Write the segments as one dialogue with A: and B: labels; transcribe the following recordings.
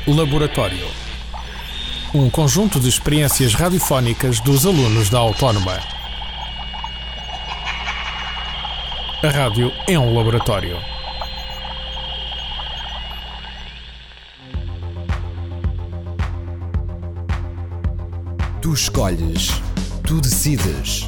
A: Laboratório. Um conjunto de experiências radiofónicas dos alunos da Autónoma. A rádio é um laboratório.
B: Tu escolhes, tu decides.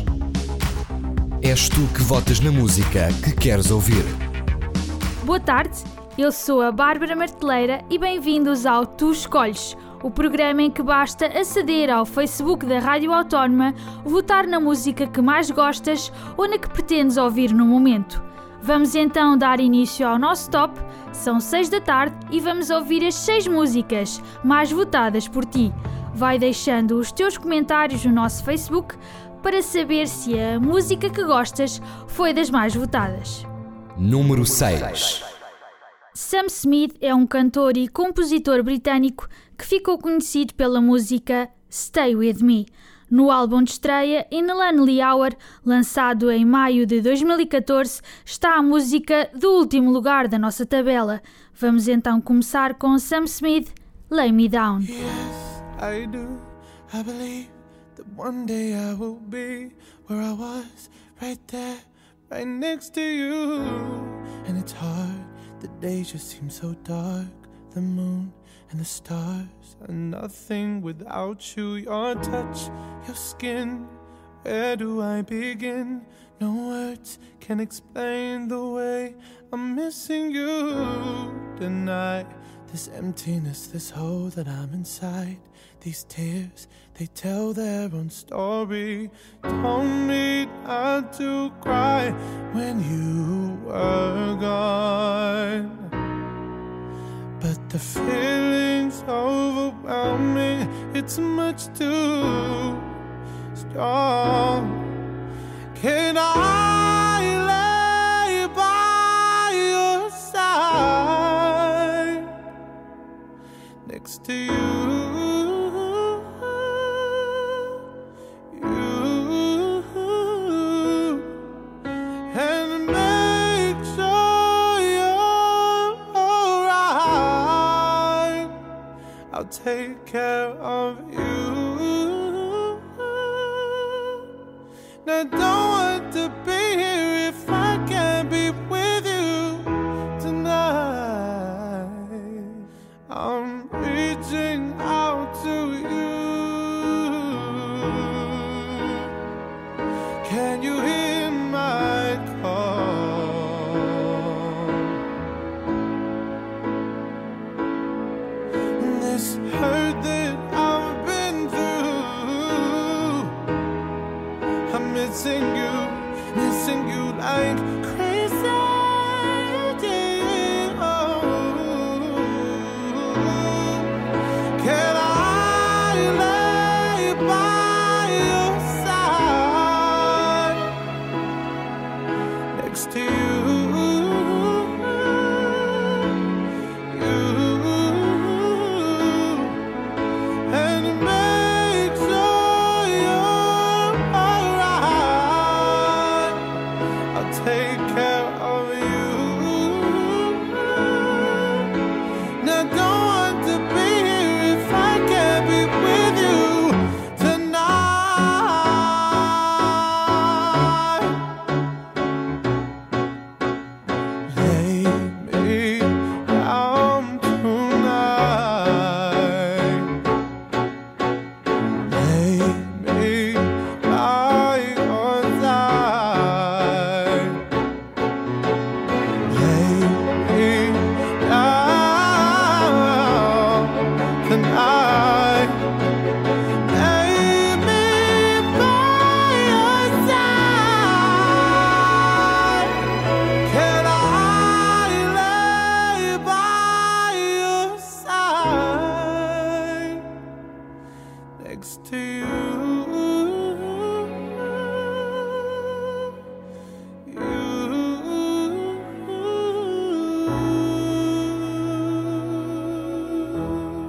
B: És tu que votas na música que queres ouvir.
C: Boa tarde, eu sou a Bárbara Marteleira e bem-vindos ao Tu Escolhes, o programa em que basta aceder ao Facebook da Rádio Autónoma, votar na música que mais gostas ou na que pretendes ouvir no momento. Vamos então dar início ao nosso top, são 6 da tarde e vamos ouvir as 6 músicas mais votadas por ti. Vai deixando os teus comentários no nosso Facebook para saber se a música que gostas foi das mais votadas.
B: Número 6.
C: Sam Smith é um cantor e compositor britânico que ficou conhecido pela música Stay With Me. No álbum de estreia In a Lonely Hour, lançado em maio de 2014, está a música do último lugar da nossa tabela. Vamos então começar com Sam Smith, Lay Me Down.
D: I do, I believe that one day I will be where I was, right there, right next to you. And it's hard, the days just seem so dark. The moon and the stars are nothing without you. Your touch, your skin, where do I begin? No words can explain the way I'm missing you tonight. This emptiness, this hole that I'm inside. These tears, they tell their own story. Told me not to cry when you were gone. But the feeling's overwhelming. It's much too strong. Can I lay by your side next to you? Take care of you. Now I don't want to be here if I can't be with you tonight. I'm reaching out to you. Can you hear my call? This hurt that I've been through, I'm missing you like crazy. Oh, can I lay by your side next to you?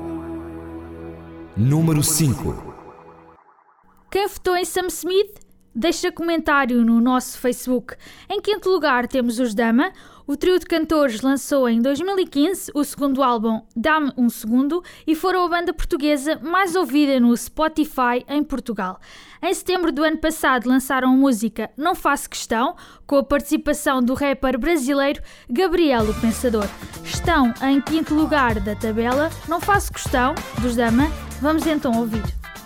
B: Número 5.
C: Quem votou em Sam Smith? Deixa comentário no nosso Facebook. Em quinto lugar temos os Dama. O trio de cantores lançou em 2015 o segundo álbum Dá-me um Segundo e foram a banda portuguesa mais ouvida no Spotify em Portugal. Em setembro do ano passado lançaram a música Não Faço Questão, com a participação do rapper brasileiro Gabriel o Pensador. Estão em quinto lugar da tabela Não Faço Questão, dos Dama. Vamos então ouvir.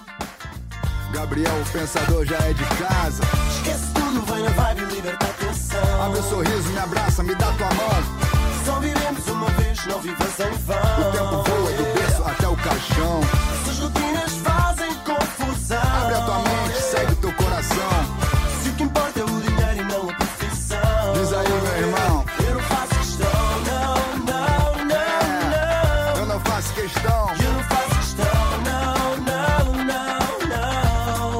E: Gabriel o Pensador já é de casa.
F: Esquece tudo, vai na vibe e liberta a tensão.
E: Abre o sorriso, me abraça, me dá tua mão.
F: Só vivemos uma vez, não vivas em vão.
E: O tempo voa do berço até o caixão.
F: Essas rotinas fazem confusão.
E: Abre a tua mente, segue o teu coração.
F: Se o que importa é o dinheiro e não a profissão.
E: Diz aí, meu irmão.
F: Eu não faço questão, não, não, não, não.
E: Eu não faço questão.
F: Eu não faço questão, não, não, não, não.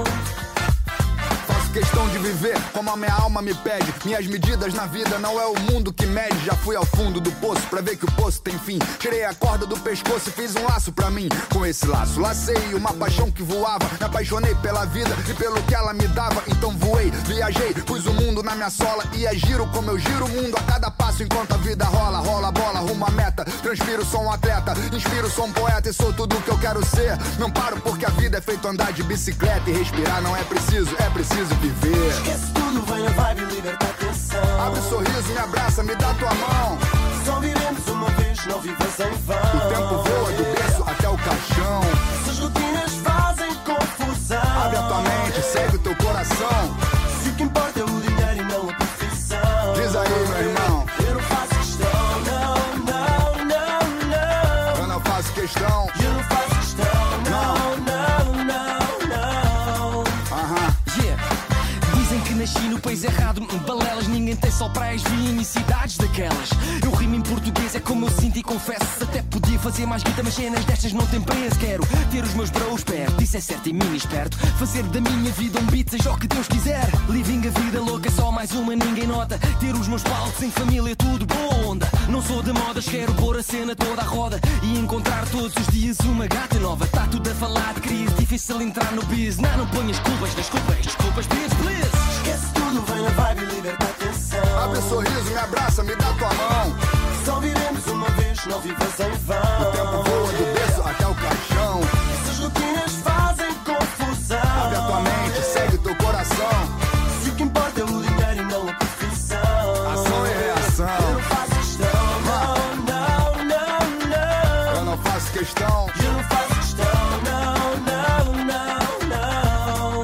E: Faço questão de viver como a minha alma me pede. Minhas medidas na vida não é o mundo que mede. Já fui ao fundo do poço pra ver que o poço tem fim. Tirei a corda do pescoço e fiz um laço pra mim. Com esse laço lacei uma paixão que voava. Me apaixonei pela vida e pelo que ela me dava. Então voei, viajei, pus o mundo na minha sola. E giro como eu giro o mundo a cada passo. Enquanto a vida rola, rola a bola, rumo à meta. Transpiro, sou um atleta, inspiro, sou um poeta. E sou tudo o que eu quero ser. Não paro porque a vida é feito andar de bicicleta. E respirar não é preciso viver.
F: Esquece tudo, vai na vibe e liberta a tensão.
E: Abre o sorriso, me abraça, me dá tua mão.
F: Só vivemos uma vez, não vivas em vão.
E: O tempo voa do berço até o caixão.
F: Essas rotinas fazem confusão.
E: Abre a tua mente, segue o teu coração.
F: Se o que importa é o dinheiro e não a profissão.
E: Diz aí, meu irmão.
F: Eu não faço questão, não, não, não, não.
E: Eu não faço questão.
F: Eu não faço questão, não, não, não, não.
E: Aham.
G: Yeah. Dizem que nasci no país errado, balelas, ninguém tem só praias, vi cidades daquelas. Eu rimo em português, é como eu sinto e confesso. Até podia fazer mais guita, mas cenas destas não tem preço. Quero ter os meus bros perto, isso é certo e mini esperto. Fazer da minha vida um beat, seja o que Deus quiser. Living a vida louca, só mais uma, ninguém nota. Ter os meus palcos em família, tudo boa onda. Não sou de modas, quero pôr a cena toda à roda e encontrar todos os dias uma gata nova. Tá tudo a falar de crise, difícil entrar no biz. Não ponhas culpas nas culpas, desculpas, please.
F: Esquece tudo, vai na vibe e liberta a tensão.
E: Abre o sorriso, me abraça, me dá tua mão.
F: Só vivemos uma vez, não vivas em vão.
E: O tempo voa do berço até o caixão.
F: Essas rotinas fazem confusão.
E: Abre a tua mente, segue o teu coração.
F: Se o que importa é o dinheiro e não a profissão.
E: Ação e reação.
F: Eu não faço questão, não, não, não, não.
E: Eu não faço questão.
F: Eu não faço questão, não, não, não, não.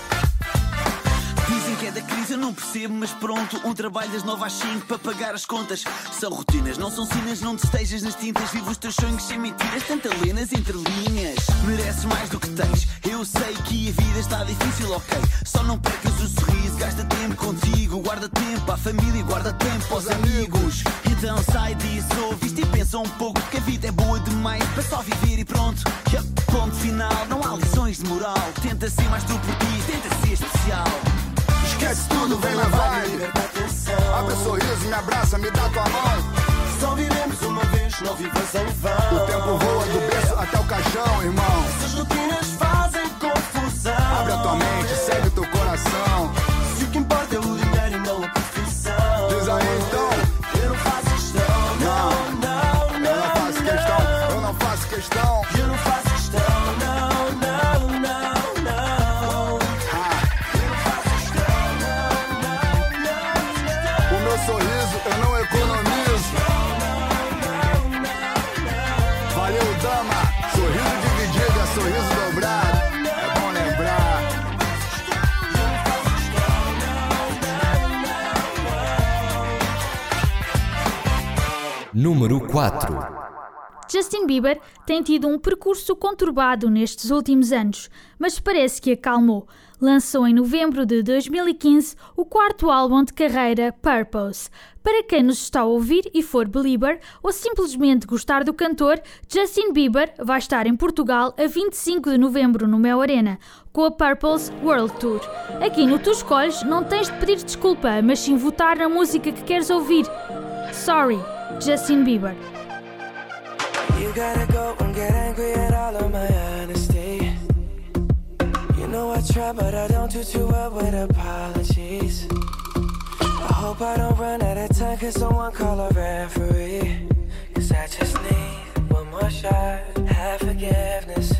H: Dizem que é da crise, eu não percebo, mas pronto. Um trabalho das 9 às 5 para pagar as contas. São rotinas, não são sinas, não te estejas nas tintas. Vive os teus sonhos sem mentiras, tanta lê nas entrelinhas. Mereces mais do que tens. Eu sei que a vida está difícil, ok. Só não percas o sorriso, gasta tempo contigo. Guarda tempo à família e guarda tempo aos amigos. Então sai disso, ouviste e pensa um pouco. Que a vida é boa demais para só viver e pronto. Ponto final, não há lições de moral. Tenta ser mais tu por ti, tenta ser especial.
E: Esquece tudo, vem na vibe. Abre o sorriso, me abraça, me dá tua mão.
F: Só vivemos uma vez, não vivas em vão.
E: O tempo voa do berço até o caixão, irmão.
F: Essas rotinas fazem confusão.
E: Abre a tua mente, segue o teu coração.
F: Se o que importa é o dinheiro e não a profissão.
E: Diz aí então.
F: Eu não faço questão, não, não, não.
E: Eu não faço questão, eu não faço questão.
F: Eu não faço questão, não, não, não, não. Eu não faço questão, não, não, não.
E: O meu sorriso eu não economizo. Valeu, dama. Sorriso dividido é sorriso dobrado. É bom lembrar.
B: Número 4.
C: Justin Bieber tem tido um percurso conturbado nestes últimos anos, mas parece que acalmou. Lançou em novembro de 2015 o quarto álbum de carreira, Purpose. Para quem nos está a ouvir e for belieber ou simplesmente gostar do cantor, Justin Bieber vai estar em Portugal a 25 de novembro no Mel Arena, com a Purpose World Tour. Aqui no Tu Escolhes não tens de pedir desculpa, mas sim votar na música que queres ouvir. Sorry, Justin Bieber.
I: You gotta go and get angry at all of my honesty. You know I try try, but I don't do too well with apologies. I hope I don't run out of time, cause someone call a referee. Cause I just need one more shot, have forgiveness.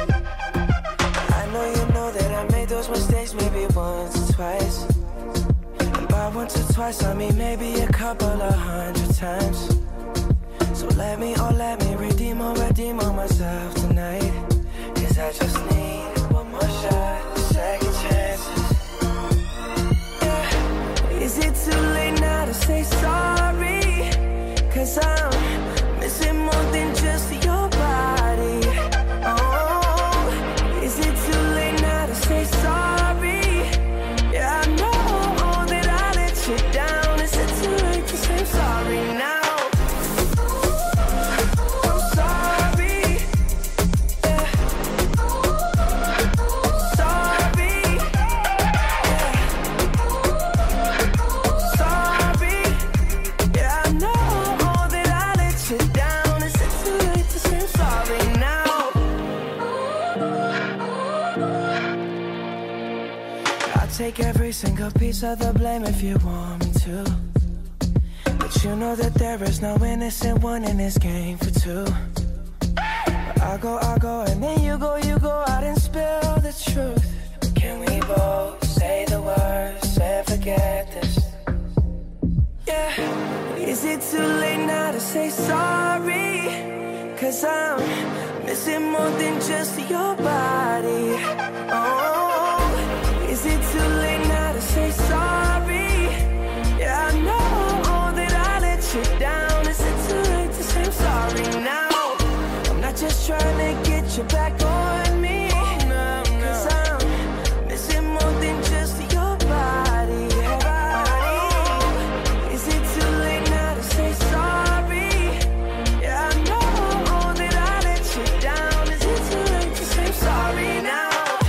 I: I know you know that I made those mistakes maybe once or twice. And by once or twice I mean maybe a couple of 100 times. So let me redeem on myself tonight. Cause I just need one more shot, second chances. Yeah. Is it too late now to say sorry? Cause I'm missing more than just your body. Oh, is it too late now to say sorry? Yeah, I know that I let you down. Is it too late to say sorry now? Take every single piece of the blame if you want me to. But you know that there is no innocent one in this game for two. But I go, and then you go out and spill the truth. Can we both say the words and forget this? Yeah. Is it too late now to say sorry? Cause I'm missing more than just your body. Oh, is it too late now to say sorry? Yeah, I know that I let you down. Is it too late to say I'm sorry now? I'm not just trying to get you back on me. Cause I'm missing more than just your body. Is it too late now to say sorry? Yeah, I know that I let you down. Is it too late to say I'm sorry now?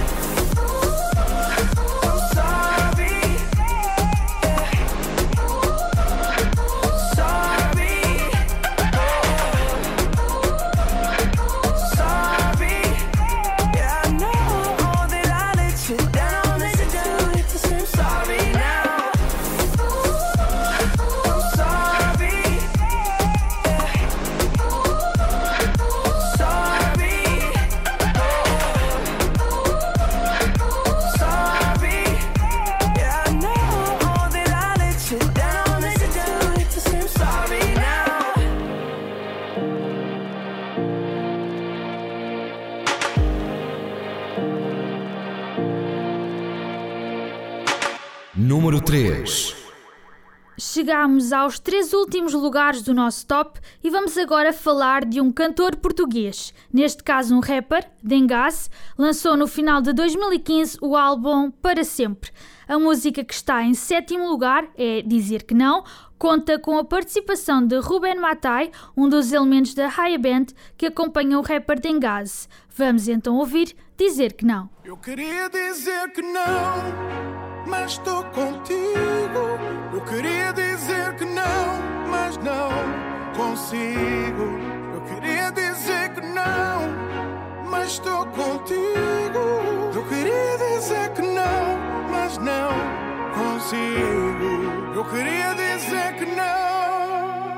B: Número 3.
C: Chegámos aos 3 últimos lugares do nosso top e vamos agora falar de um cantor português, neste caso um rapper, Dengaz, lançou no final de 2015 o álbum Para Sempre. A música que está em 7º lugar é Dizer Que Não, conta com a participação de Ruben Matai, um dos elementos da Haya Band que acompanha o rapper Dengaz. Vamos então ouvir Dizer Que Não.
D: Eu queria dizer que não, mas estou contigo. Eu queria dizer que não, mas não consigo. Eu queria dizer que não, mas estou contigo. Eu queria dizer que não, mas não consigo. Eu queria dizer que não.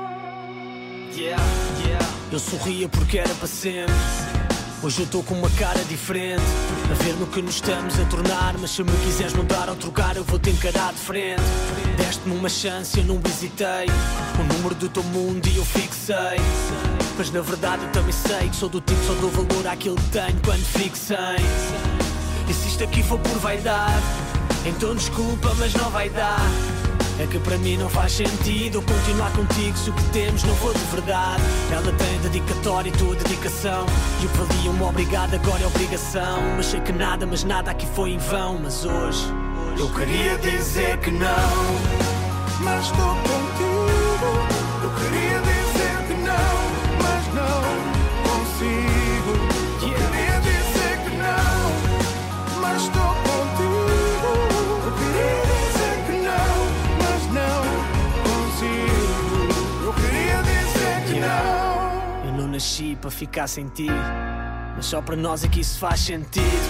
G: Eu sorria porque era para sempre. Hoje eu estou com uma cara diferente, a ver no que nos estamos a tornar. Mas se me quiseres mudar ou trocar, eu vou-te encarar de frente. Deste-me uma chance, eu não hesitei. O número do teu mundo e eu fixei. Mas na verdade eu também sei que sou do tipo que só dou valor àquilo que tenho quando fico sem. E se isto aqui for por vaidade, então desculpa, mas não vai dar. É que para mim não faz sentido eu continuar contigo se o que temos não for de verdade. Ela tem dedicatória e tua dedicação, e o que valia uma obrigado agora é obrigação. Mas sei que nada, mas nada aqui foi em vão. Mas hoje eu queria dizer que não,
D: mas estou contigo. Eu queria dizer que não, mas não consigo. Eu queria dizer que não, mas estou contigo. Eu queria dizer que não, mas não consigo. Eu queria dizer que não.
G: Eu não nasci para ficar sem ti, mas só para nós é que isso faz sentido. E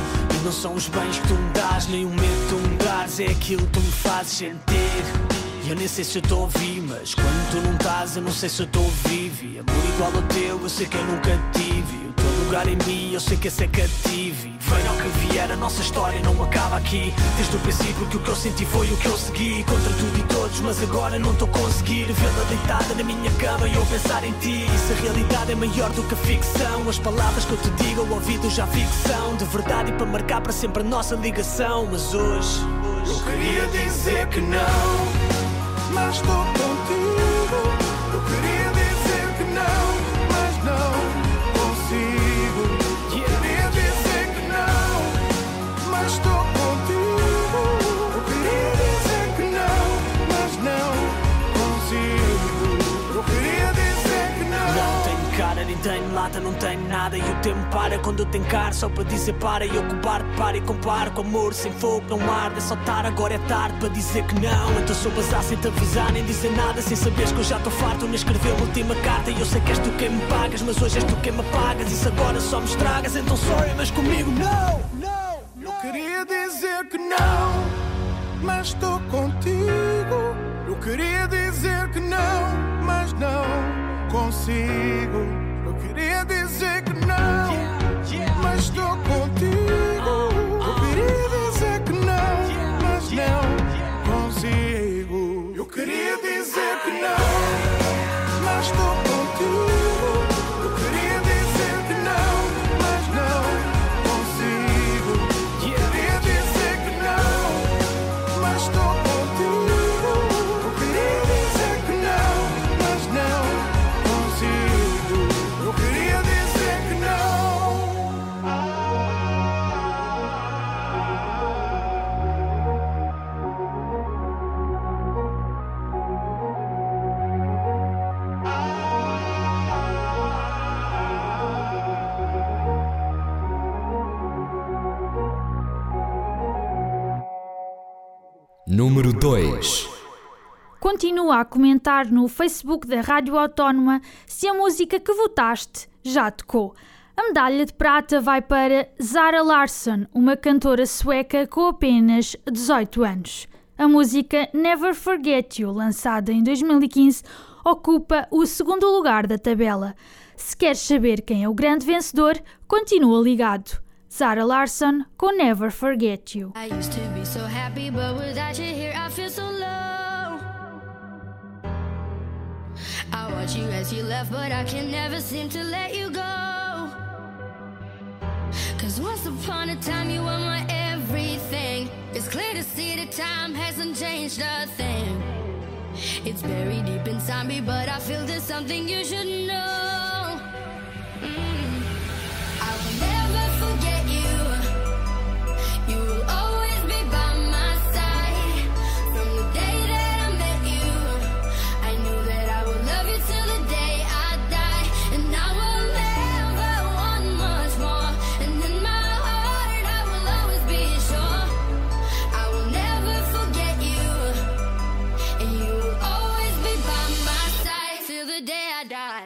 J: Não são os bens que tu me dás, nem o medo que tu me dares, é aquilo que tu me fazes sentir. E eu nem sei se eu estou a ouvir, mas quando tu não estás eu não sei se eu estou vivo. E amor igual ao teu eu sei que eu nunca tive. O teu lugar em mim eu sei que esse é cativo. E venha ao que vier, a nossa história não acaba aqui. Desde o princípio que o que eu senti foi o que eu segui. Contra tudo e todos, mas agora não estou a conseguir vê-la deitada na minha cama e eu pensar em ti. E se a realidade é maior do que a ficção, as palavras que eu te digo ao ouvido já ficção de verdade e para marcar para sempre a nossa ligação. Mas hoje eu queria dizer que não,
D: mas estou contigo. Eu queria dizer que não, mas não consigo. Queria dizer que não, mas estou contigo. Eu queria dizer que não, mas não consigo. Eu queria dizer que não.
J: Não tenho cara, nem tenho lata, não tenho nada. E o tempo para quando eu tenho cara, só para dizer para. E eu cobarde para e comparo com amor sem fogo, não arde. É só estar, agora é tarde para dizer que não. Então sou bazar sem te avisar, nem dizer nada, sem saberes que eu já estou farto. Nem escrever a última carta. E eu sei que és tu quem me pagas, mas hoje és tu quem me apagas. Isso agora só me estragas, então sorry, mas comigo não.
D: Eu queria dizer que não, mas estou contigo. Eu queria dizer que não, mas não consigo. Eu queria dizer que não, mas estou contigo. Eu queria dizer que não, mas não consigo. Eu queria dizer que não, mas estou contigo. Eu queria dizer que não, mas não consigo. Eu queria dizer que não, mas estou contigo. Eu queria dizer que não, mas não consigo. Eu queria dizer que não.
B: Número 2.
C: Continua a comentar no Facebook da Rádio Autónoma se a música que votaste já tocou. A medalha de prata vai para Zara Larsson, uma cantora sueca com apenas 18 anos. A música Never Forget You, lançada em 2015, ocupa o segundo lugar da tabela. Se queres saber quem é o grande vencedor, continua ligado. Zara Larsson com Never Forget You.
K: I used to be so happy, but without you here I feel so low. I watch you as you left, but I can never seem to let you go. 'Cause once upon a time you were my everything. It's clear to see that time hasn't changed a thing. It's buried deep inside me, but I feel there's something you should know. I will never forget you. You will always be by my side. From the day that I met you, I knew that I would love you till the day I die. And I will never want much more. And in my heart I will always be sure. I will never forget you. And you will always be by my side till the day I die.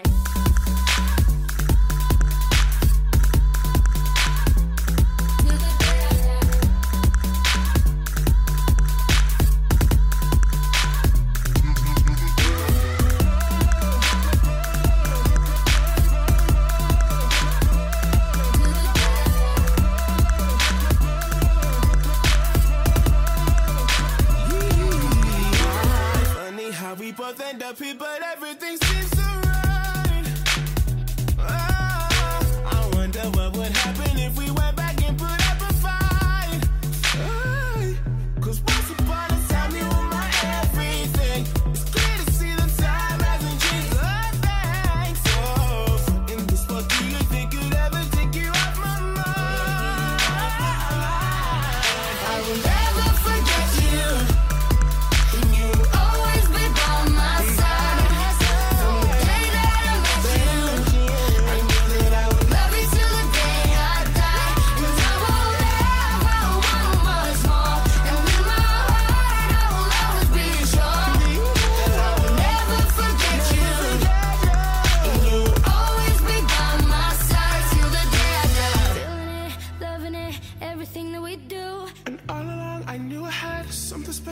D: We both end up here, but everything seems so right. Oh, I wonder what would happen if we went back and put up a fight. Oh, 'cause once upon a time you were my everything. It's clear to see that time hasn't changed a thing. So, in this world, do you think you'd ever take you off my mind? I will never forget you. And you will always be by my side.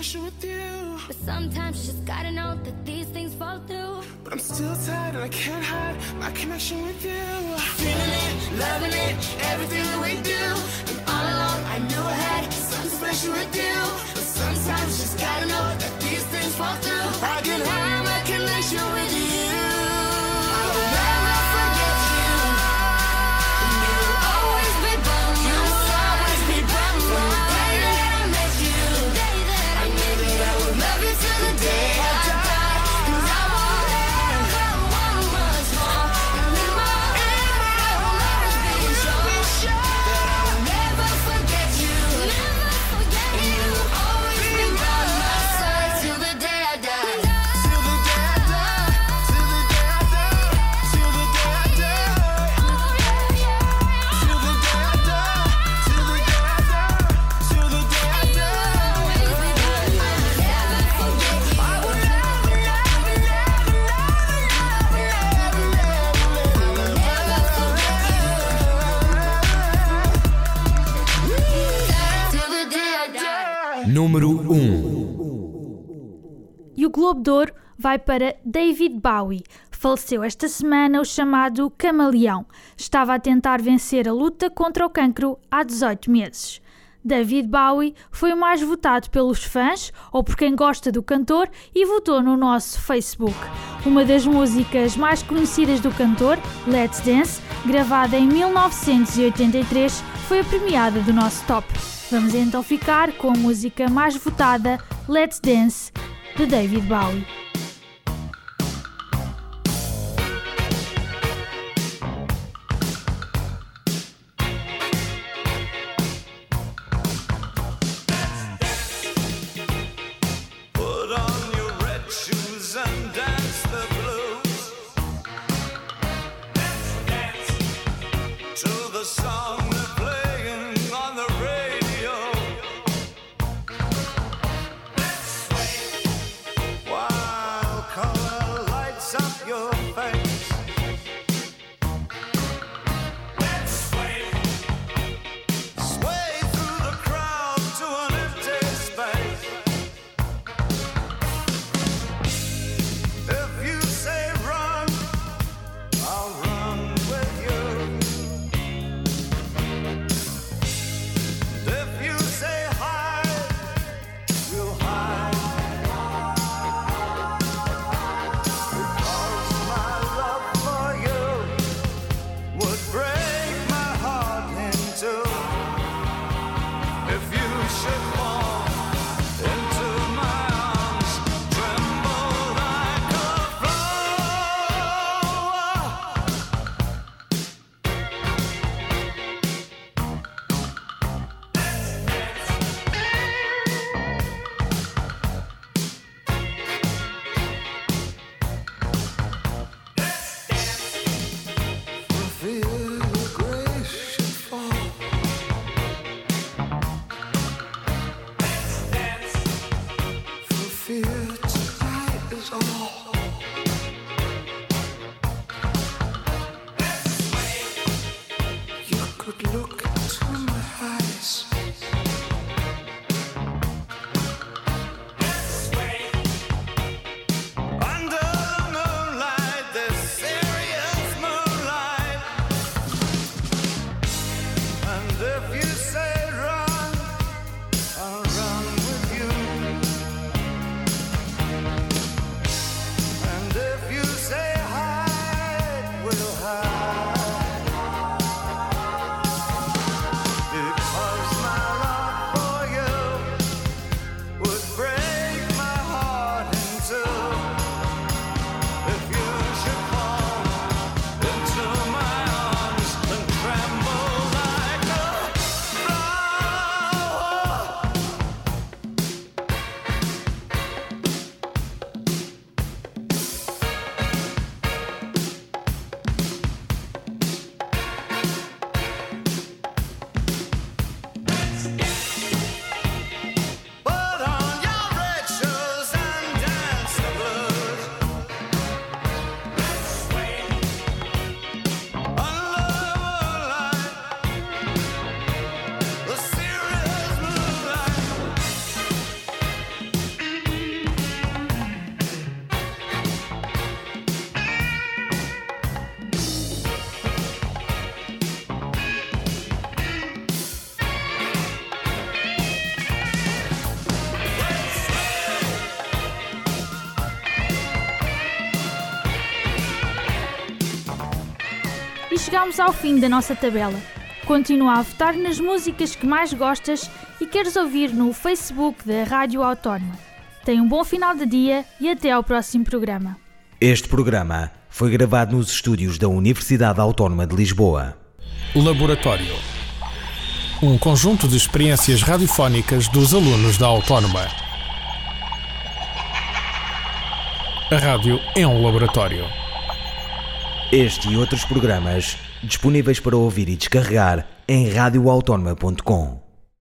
D: connection with you.
K: But sometimes you just gotta know that these things fall through.
D: But I'm still tired and I can't hide my connection with you. Feeling it, loving it, everything that we do. And all along I knew I had something special with you. But sometimes you just gotta know that these things fall through. I can have my connection with you. I will never forget you. And you'll always be by my side. Always be by my side. From the day that I met you, I knew that I would love you till the day I die. 'Cause I won't ever want much more. And in my heart I will always be sure that I will never forget you. Never forget you. And you'll always be by my side till the day I die. Till the day I die. Till the day I die. Till the day I die. Till the day I die. Till the day I die. Till the day I die.
B: Número 1.
C: E o Globo de Ouro vai para David Bowie. Faleceu esta semana o chamado Camaleão. Estava a tentar vencer a luta contra o cancro há 18 meses. David Bowie foi o mais votado pelos fãs ou por quem gosta do cantor e votou no nosso Facebook. Uma das músicas mais conhecidas do cantor, Let's Dance, gravada em 1983, foi a premiada do nosso top. Vamos então ficar com a música mais votada, Let's Dance, de David Bowie.
F: Put on your red shoes and dance the blues. Let's dance to the song they're playing on the radio. Let's sway while color lights up your face. Let's sway, sway through the crowd to an empty space. If you say run, I'll run with you. If you say hide, we'll hide. Because my love for you would break my heart in two. If you should fall into my arms, tremble like a flower. For fear the grace should fall. For fear tonight is all. You could look into my eyes. Under the moonlight, this serious moonlight. And if you say run, I'll run with you. And if you say hide, we'll hide. Because my love for you would break my heart in two. If you should fall into my arms and tremble like a
C: e chegamos ao fim da nossa tabela. Continua a votar nas músicas que mais gostas e queres ouvir no Facebook da Rádio Autónoma. Tenha um bom final de dia e até ao próximo programa.
B: Este programa foi gravado nos estúdios da Universidade Autónoma de Lisboa.
A: Laboratório. Um conjunto de experiências radiofónicas dos alunos da Autónoma. A rádio é um laboratório.
B: Este e outros programas disponíveis para ouvir e descarregar em radioautónoma.com.